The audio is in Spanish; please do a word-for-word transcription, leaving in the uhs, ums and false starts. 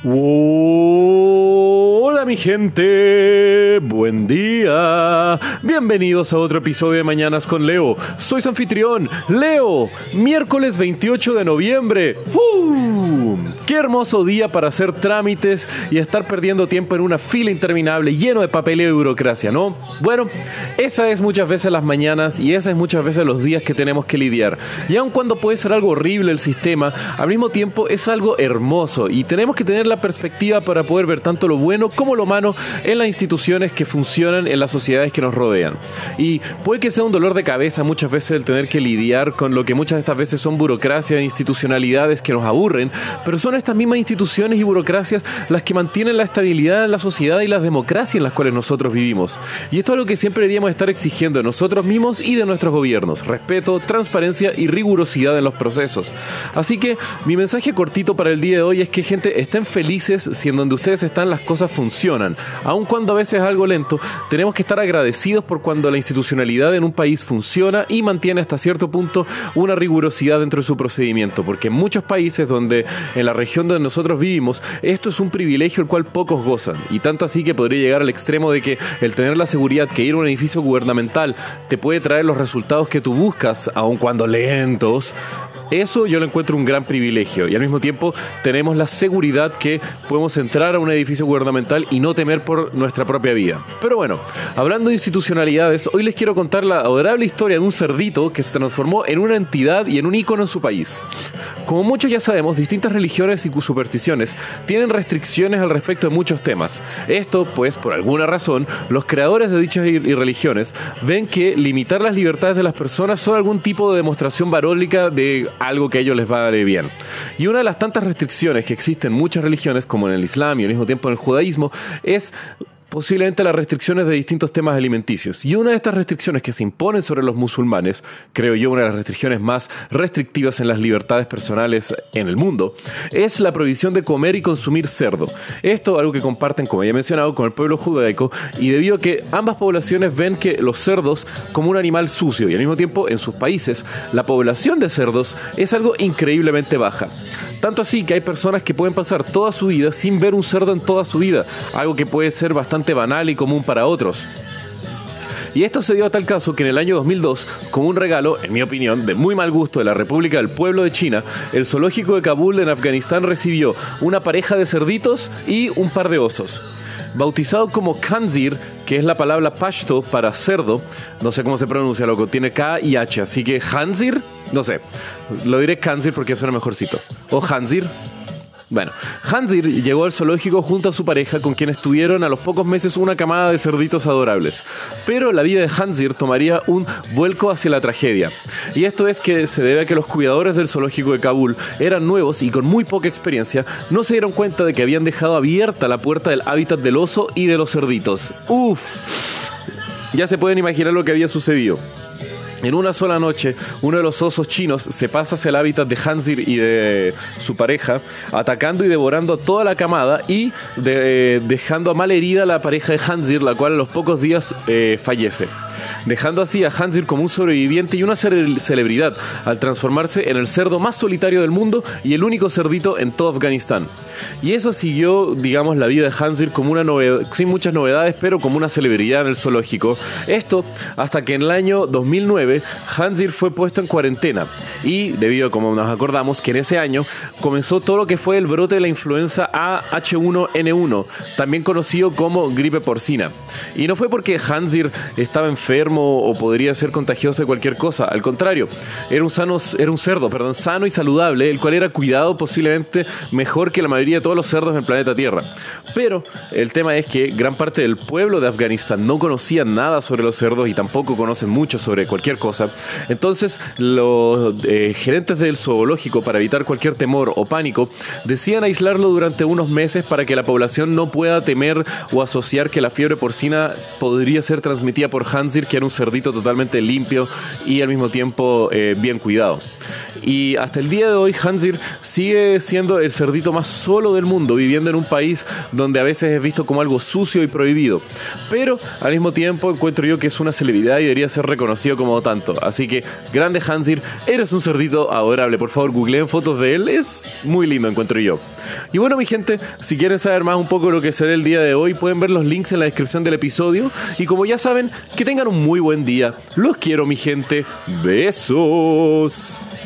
Hola mi gente, buen día, bienvenidos a otro episodio de Mañanas con Leo. Soy su anfitrión, Leo, miércoles veintiocho de noviembre. ¡Uh! ¡Qué hermoso día para hacer trámites y estar perdiendo tiempo en una fila interminable lleno de papeleo y burocracia, ¿no? Bueno, esa es muchas veces las mañanas y esa es muchas veces los días que tenemos que lidiar. Y aun cuando puede ser algo horrible el sistema, al mismo tiempo es algo hermoso y tenemos que tener la perspectiva para poder ver tanto lo bueno como lo malo en las instituciones que funcionan en las sociedades que nos rodean. Y puede que sea un dolor de cabeza muchas veces el tener que lidiar con lo que muchas de estas veces son burocracias e institucionalidades que nos aburren, pero son estas mismas instituciones y burocracias las que mantienen la estabilidad en la sociedad y la democracia en las cuales nosotros vivimos. Y esto es algo que siempre deberíamos estar exigiendo de nosotros mismos y de nuestros gobiernos: respeto, transparencia y rigurosidad en los procesos. Así que mi mensaje cortito para el día de hoy es que, gente, estén felices si en donde ustedes están las cosas funcionan. Aun cuando a veces es algo lento, tenemos que estar agradecidos por cuando la institucionalidad en un país funciona y mantiene hasta cierto punto una rigurosidad dentro de su procedimiento, porque en muchos países donde en la región donde nosotros vivimos, esto es un privilegio el cual pocos gozan, y tanto así que podría llegar al extremo de que el tener la seguridad que ir a un edificio gubernamental te puede traer los resultados que tú buscas, aun cuando lentos. Eso yo lo encuentro un gran privilegio, y al mismo tiempo tenemos la seguridad que podemos entrar a un edificio gubernamental y no temer por nuestra propia vida. Pero bueno, hablando de institucionalidades, hoy les quiero contar la adorable historia de un cerdito que se transformó en una entidad y en un ícono en su país. Como muchos ya sabemos, distintas religiones y supersticiones tienen restricciones al respecto de muchos temas. Esto, pues, por alguna razón, los creadores de dichas y religiones ven que limitar las libertades de las personas son algún tipo de demostración varólica de algo que a ellos les va a dar bien. Y una de las tantas restricciones que existen en muchas religiones, como en el Islam y al mismo tiempo en el judaísmo, es posiblemente las restricciones de distintos temas alimenticios. Y una de estas restricciones que se imponen sobre los musulmanes, creo yo una de las restricciones más restrictivas en las libertades personales en el mundo, es la prohibición de comer y consumir cerdo. Esto algo que comparten, como ya he mencionado, con el pueblo judaico, y debido a que ambas poblaciones ven que los cerdos como un animal sucio, y al mismo tiempo en sus países la población de cerdos es algo increíblemente baja. Tanto así que hay personas que pueden pasar toda su vida sin ver un cerdo en toda su vida, algo que puede ser bastante banal y común para otros. Y esto se dio a tal caso que en el año dos mil dos, como un regalo, en mi opinión, de muy mal gusto de la República del Pueblo de China, el zoológico de Kabul en Afganistán recibió una pareja de cerditos y un par de osos. Bautizado como Khanzir, que es la palabra pashto para cerdo, no sé cómo se pronuncia, loco, tiene K y H, así que Khanzir, no sé, lo diré Khanzir porque suena mejorcito, o Khanzir. Bueno, Khanzir llegó al zoológico junto a su pareja, con quienes tuvieron a los pocos meses una camada de cerditos adorables. Pero la vida de Khanzir tomaría un vuelco hacia la tragedia. Y esto es que se debe a que los cuidadores del zoológico de Kabul eran nuevos y con muy poca experiencia, no se dieron cuenta de que habían dejado abierta la puerta del hábitat del oso y de los cerditos. Uff, ya se pueden imaginar lo que había sucedido. En una sola noche, uno de los osos chinos se pasa hacia el hábitat de Khanzir y de su pareja, atacando y devorando a toda la camada y de, dejando a mal herida a la pareja de Khanzir, la cual a los pocos días eh, fallece, dejando así a Khanzir como un sobreviviente y una celebridad al transformarse en el cerdo más solitario del mundo y el único cerdito en todo Afganistán. Y eso siguió, digamos, la vida de Khanzir como una novedad, sin muchas novedades, pero como una celebridad en el zoológico. Esto hasta que en el año dos mil nueve Khanzir fue puesto en cuarentena, y debido a, como nos acordamos, que en ese año comenzó todo lo que fue el brote de la influenza A H uno N uno, también conocido como gripe porcina. Y no fue porque Khanzir estaba enfermo o podría ser contagioso de cualquier cosa, al contrario, era un, sano, era un cerdo perdón, sano y saludable, el cual era cuidado posiblemente mejor que la mayoría de todos los cerdos en el planeta Tierra. Pero el tema es que gran parte del pueblo de Afganistán no conocía nada sobre los cerdos y tampoco conocen mucho sobre cualquier cosa. Entonces los eh, gerentes del zoológico, para evitar cualquier temor o pánico, decían aislarlo durante unos meses para que la población no pueda temer o asociar que la fiebre porcina podría ser transmitida por Khanzir, que era un cerdito totalmente limpio y al mismo tiempo eh, bien cuidado. Y hasta el día de hoy Hanzir sigue siendo el cerdito más solo del mundo, viviendo en un país donde a veces es visto como algo sucio y prohibido. Pero al mismo tiempo encuentro yo que es una celebridad y debería ser reconocido como tanto. Así que, grande Hanzir, eres un cerdito adorable. Por favor, googleen fotos de él, es muy lindo, encuentro yo. Y bueno, mi gente, si quieren saber más un poco de lo que será el día de hoy, pueden ver los links en la descripción del episodio. Y como ya saben, que tengan un muy buen día. Los quiero, mi gente. Besos.